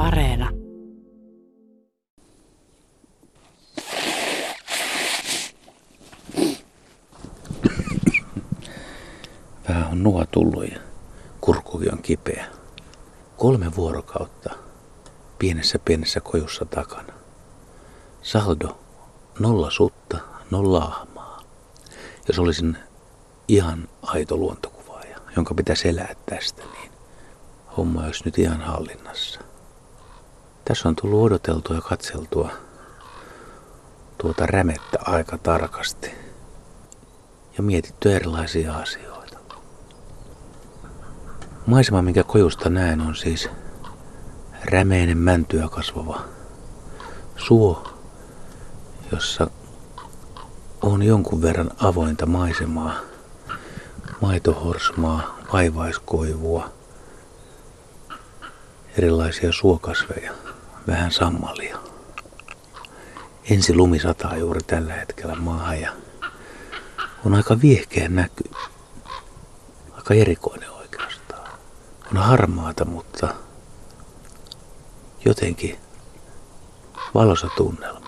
Areena. Vähän on nuha tullut ja kurkkukin on kipeä. 3 vuorokautta pienessä kojussa takana. Saldo 0 sutta, 0 ahmaa. Jos olisin ihan aito luontokuvaaja, jonka pitäisi elää tästä, niin homma olisi nyt ihan hallinnassa. Tässä on tullut odoteltua ja katseltua tuota rämettä aika tarkasti ja mietitty erilaisia asioita. Maisema, minkä kojusta näen, on siis rämeinen mäntyä kasvava suo, jossa on jonkun verran avointa maisemaa, maitohorsmaa, vaivaiskoivua, erilaisia suokasveja, vähän sammalia. Ensi lumi sataa juuri tällä hetkellä maahan ja on aika viehkeä näky. Aika erikoinen oikeastaan. On harmaata, mutta jotenkin valoisa tunnelma.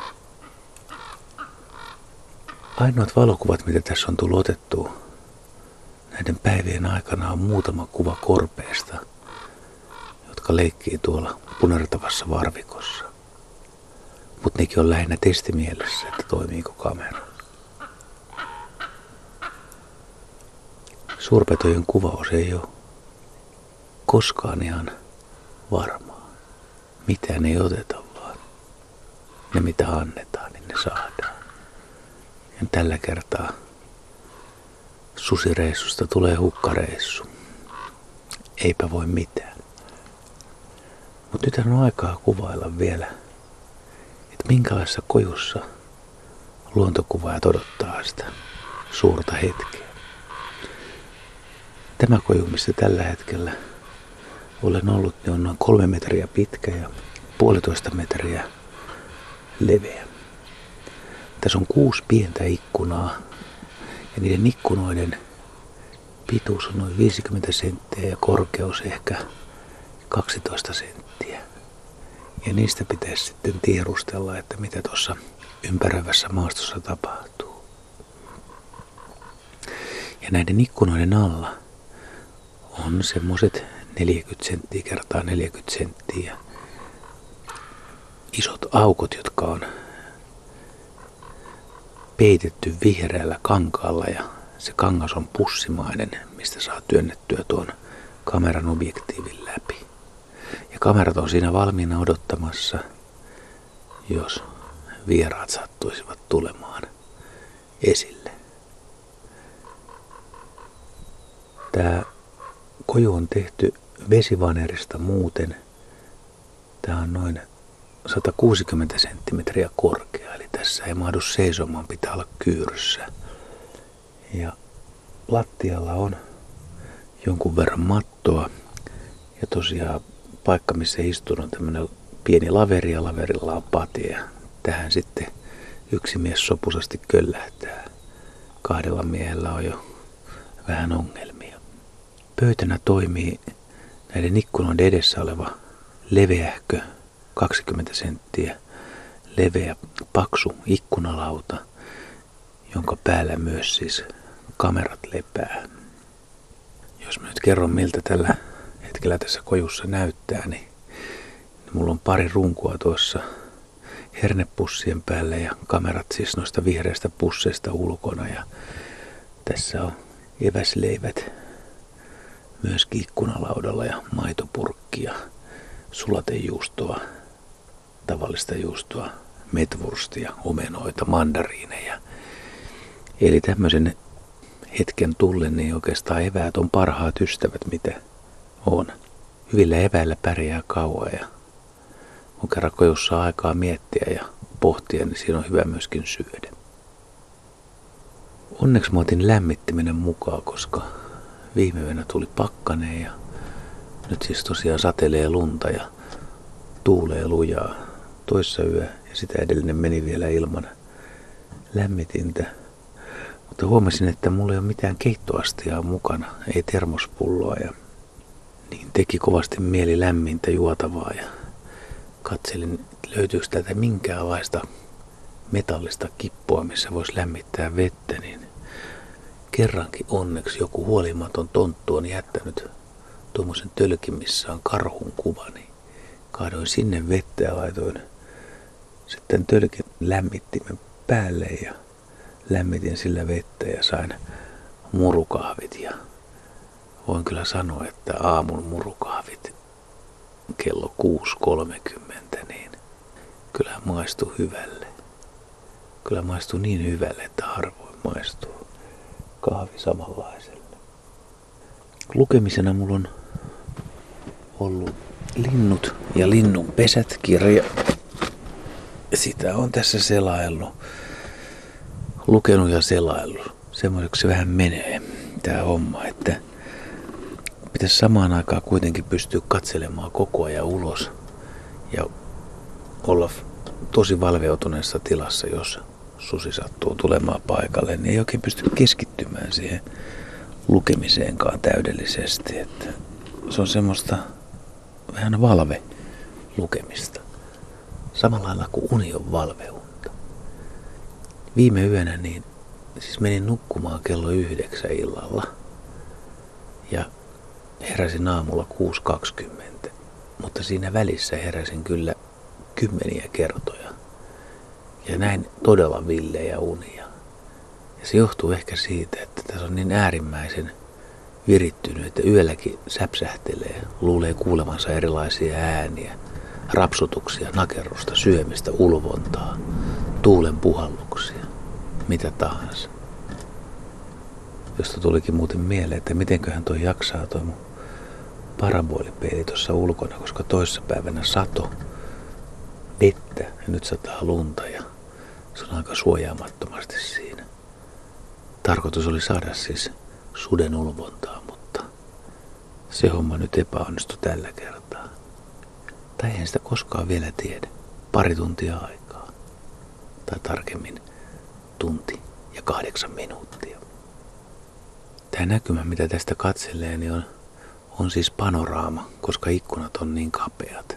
Ainoat valokuvat, mitä tässä on tullut otettua näiden päivien aikana, on muutama kuva korpeesta, jotka leikkii tuolla punertavassa varvikossa. Mutta nekin on lähinnä testimielessä, että toimiiko kamera. Suurpetojen kuvaus ei ole koskaan ihan varmaa. Mitään ei oteta vaan. Ne mitä annetaan, niin ne saadaan. Ja tällä kertaa susireissusta tulee hukkareissu. Eipä voi mitään. Mutta nyt on aikaa kuvailla vielä, että minkälaisessa kojussa luontokuvaajat odottaa sitä suurta hetkeä. Tämä koju, missä tällä hetkellä olen ollut, niin on noin 3 metriä pitkä ja 1,5 metriä leveä. Tässä on 6 pientä ikkunaa ja niiden ikkunoiden pituus on noin 50 senttiä ja korkeus ehkä 12 senttiä. Ja niistä pitäisi sitten tiedustella, että mitä tuossa ympäröivässä maastossa tapahtuu. Ja näiden ikkunoiden alla on semmoiset 40 senttiä kertaa 40 senttiä isot aukot, jotka on peitetty vihreällä kankaalla ja se kangas on pussimainen, mistä saa työnnettyä tuon kameran objektiivin läpi. Ja kamerat on siinä valmiina odottamassa, jos vieraat sattuisivat tulemaan esille. Tämä koju on tehty vesivanerista muuten. Tämä on noin 160 senttimetriä korkea, eli tässä ei mahdu seisomaan, pitää olla kyyryssä. Ja lattialla on jonkun verran mattoa ja tosiaan paikka, missä istun, on tämmöinen pieni laveri ja laverilla on patja. Tähän sitten yksi mies sopusasti köllähtää. 2 miehellä on jo vähän ongelmia. Pöytänä toimii näiden ikkunoiden edessä oleva leveähkö 20 senttiä leveä paksu ikkunalauta, jonka päällä myös siis kamerat lepää. Jos mä nyt kerron miltä tällä hetkellä tässä kojussa näyttää, niin mulla on 2 runkoa tuossa hernepussien päällä ja kamerat siis noista vihreistä pusseista ulkona ja tässä on eväsleivät myöskin ikkunalaudalla ja maitopurkkia, sulatejuustoa, tavallista juustoa, metvurstia, omenoita, mandariineja. Eli tämmöisen hetken tullen niin oikeastaan eväät on parhaat ystävät, mitä on. Hyvillä eväillä pärjää kauan ja kun kerran kojussa on aikaa miettiä ja pohtia, niin siinä on hyvä myöskin syödä. Onneksi mä otin lämmittimenen mukaan, koska viime yönä tuli pakkanen ja nyt siis tosiaan satelee lunta ja tuulee lujaa. Toissa yö ja sitä edellinen meni vielä ilman lämmitintä. Mutta huomasin, että mulla ei ole mitään keittoastiaa mukana, ei termospulloa ja niin teki kovasti mieli lämmintä juotavaa ja katselin, löytyykö täältä minkäänlaista metallista kippua, missä voisi lämmittää vettä, niin kerrankin onneksi joku huolimaton tonttu on jättänyt tuommoisen tölkin, missä on karhun kuva, niin kaadoin sinne vettä ja laitoin sitten tölkin lämmittimen päälle ja lämmitin sillä vettä ja sain murukahvit. Ja voin kyllä sanoa, että aamun murukahvit kello 6.30, niin kyllä maistuu hyvälle. Kyllä maistuu niin hyvälle, että harvoin maistuu kahvi samanlaiselle. Lukemisena mulla on ollut Linnut ja linnun pesät -kirja. Sitä on tässä selaillut. Lukenut ja selaillut. Semmoiseksi se vähän menee tää homma, että pitäisi samaan aikaan kuitenkin pystyä katselemaan koko ajan ulos ja olla tosi valveutuneessa tilassa, jos susi sattuu tulemaan paikalle, niin ei oikein pysty keskittymään siihen lukemiseenkaan täydellisesti. Että se on semmoista vähän valve lukemista. Samalla lailla kuin uni on valveutta. Viime yönä niin siis menin nukkumaan kello 9 illalla ja heräsin aamulla 6.20, mutta siinä välissä heräsin kyllä 10 kertoja ja näin todella villejä unia. Ja se johtuu ehkä siitä, että tässä on niin äärimmäisen virittynyt, että yölläkin säpsähtelee, luulee kuulevansa erilaisia ääniä, rapsutuksia, nakerrusta, syömistä, ulvontaa, tuulen puhalluksia, mitä tahansa. Josta tulikin muuten mieleen, että mitenköhän toi jaksaa toi mun paraboolipeili tuossa ulkona, koska toissapäivänä sato vettä ja nyt sataa lunta ja se on aika suojaamattomasti siinä. Tarkoitus oli saada siis suden ulvontaa, mutta se homma nyt epäonnistui tällä kertaa. Tai eihän sitä koskaan vielä tiedä. 2 tuntia aikaa. Tai tarkemmin 1 tunti ja 8 minuuttia. Tämä näkymä, mitä tästä katselee, niin on siis panoraama, koska ikkunat on niin kapeat.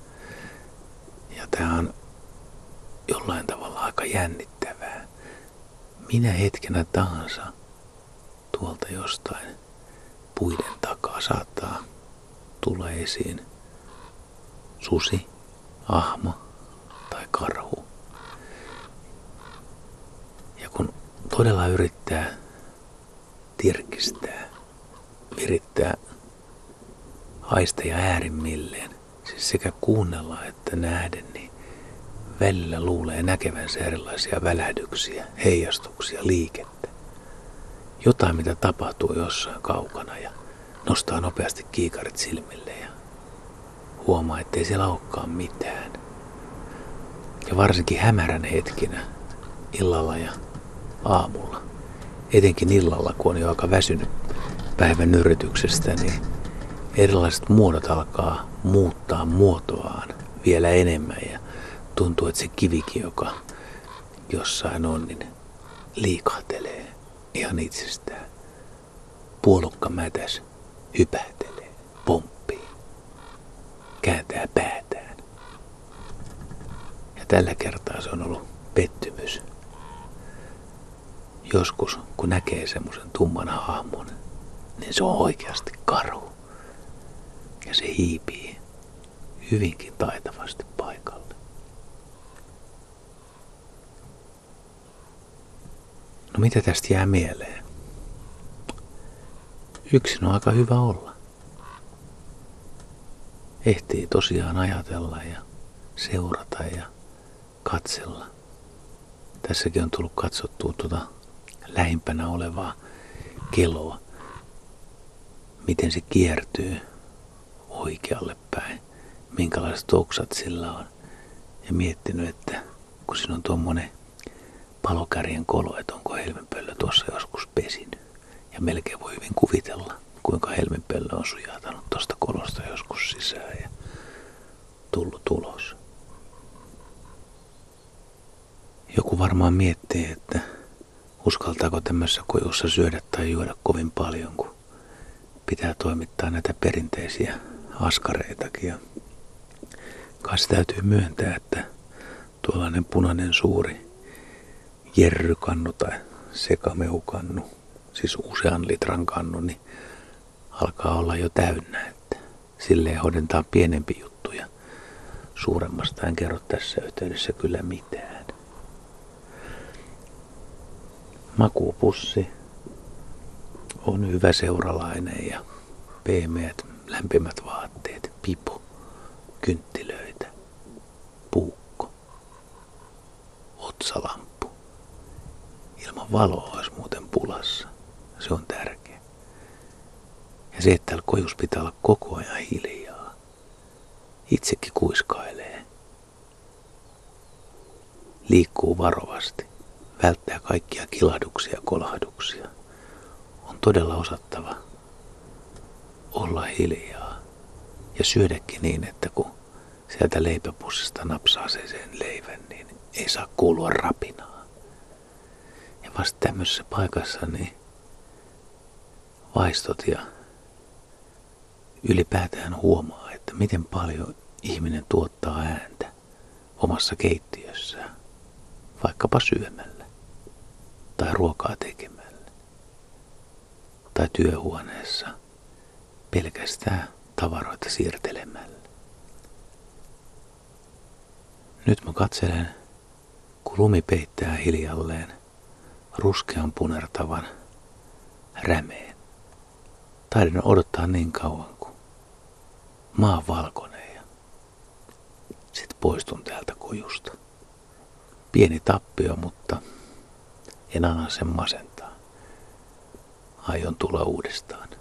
Ja tämä on jollain tavalla aika jännittävää. Minä hetkenä tahansa tuolta jostain puiden takaa saattaa tulla esiin susi, ahma tai karhu. Ja kun todella yrittää tirkistää, virittää haisteja äärimmilleen, siis sekä kuunnella että nähdä, niin välillä luulee näkevänsä erilaisia välähdyksiä, heijastuksia, liikettä. Jotain, mitä tapahtuu jossain kaukana ja nostaa nopeasti kiikarit silmille ja huomaa, ettei siellä olekaan mitään. Ja varsinkin hämärän hetkinä, illalla ja aamulla, etenkin illalla, kun on jo aika väsynyt päivän yrityksestä, niin erilaiset muodot alkaa muuttaa muotoaan vielä enemmän ja tuntuu, että se kivikin, joka jossain on, niin liikahtelee ihan itsestään. Puolukka mätäs hypähtelee, pomppii, kääntää päätään. Ja tällä kertaa se on ollut pettymys. Joskus, kun näkee semmoisen tumman hahmon, niin se on oikeasti karhu. Ja se hiipii hyvinkin taitavasti paikalle. No mitä tästä jää mieleen? Yksin on aika hyvä olla. Ehtii tosiaan ajatella ja seurata ja katsella. Tässäkin on tullut katsottua tuota lähimpänä olevaa kelloa. Miten se kiertyy oikealle päin. Minkälaiset oksat sillä on. Ja miettinyt, että kun siinä on tuommoinen palokärjen kolo, että onko helmenpöllö tuossa joskus pesinyt. Ja melkein voi hyvin kuvitella, kuinka helmenpöllö on sujahtanut tuosta kolosta joskus sisään ja tullut ulos. Joku varmaan miettii, että uskaltaako tämmöisessä kojussa syödä tai juoda kovin paljon, kun pitää toimittaa näitä perinteisiä askareitakin. Ja Paitsi täytyy myöntää, että tuollainen punainen suuri jerrykannu tai sekamehukannu, siis usean litran kannu, niin alkaa olla jo täynnä, että silleen hoidetaan pienempi juttu ja suuremmasta en kerro tässä yhteydessä kyllä mitään. Makuupussi on hyvä seuralainen ja pehmeät lämpimät vaatteet, pipo, kynttilöitä, puukko, otsalamppu. Ilman valoa olisi muuten pulassa. Se on tärkeä. Ja se, että täällä kojussa pitää olla koko ajan hiljaa. Itsekin kuiskailee. Liikkuu varovasti. Välttää kaikkia kilahduksia ja kolahduksia. On todella osattava olla hiljaa. Ja syödäkin niin, että kun sieltä leipäpussista napsaa sen leivän, niin ei saa kuulua rapinaa. Ja vasta tämmöisessä paikassa niin vaistot ja ylipäätään huomaa, että miten paljon ihminen tuottaa ääntä omassa keittiössään, vaikkapa syömällä tai ruokaa tekemällä tai työhuoneessa pelkästään tavaroita siirtelemällä. Nyt mä katselen, kun lumi peittää hiljalleen ruskean punertavan rämeen. Taidan odottaa niin kauan kuin maa on valkoinen ja sit poistun täältä kojusta. Pieni tappio, mutta en anna sen masentaa. Aion tulla uudestaan.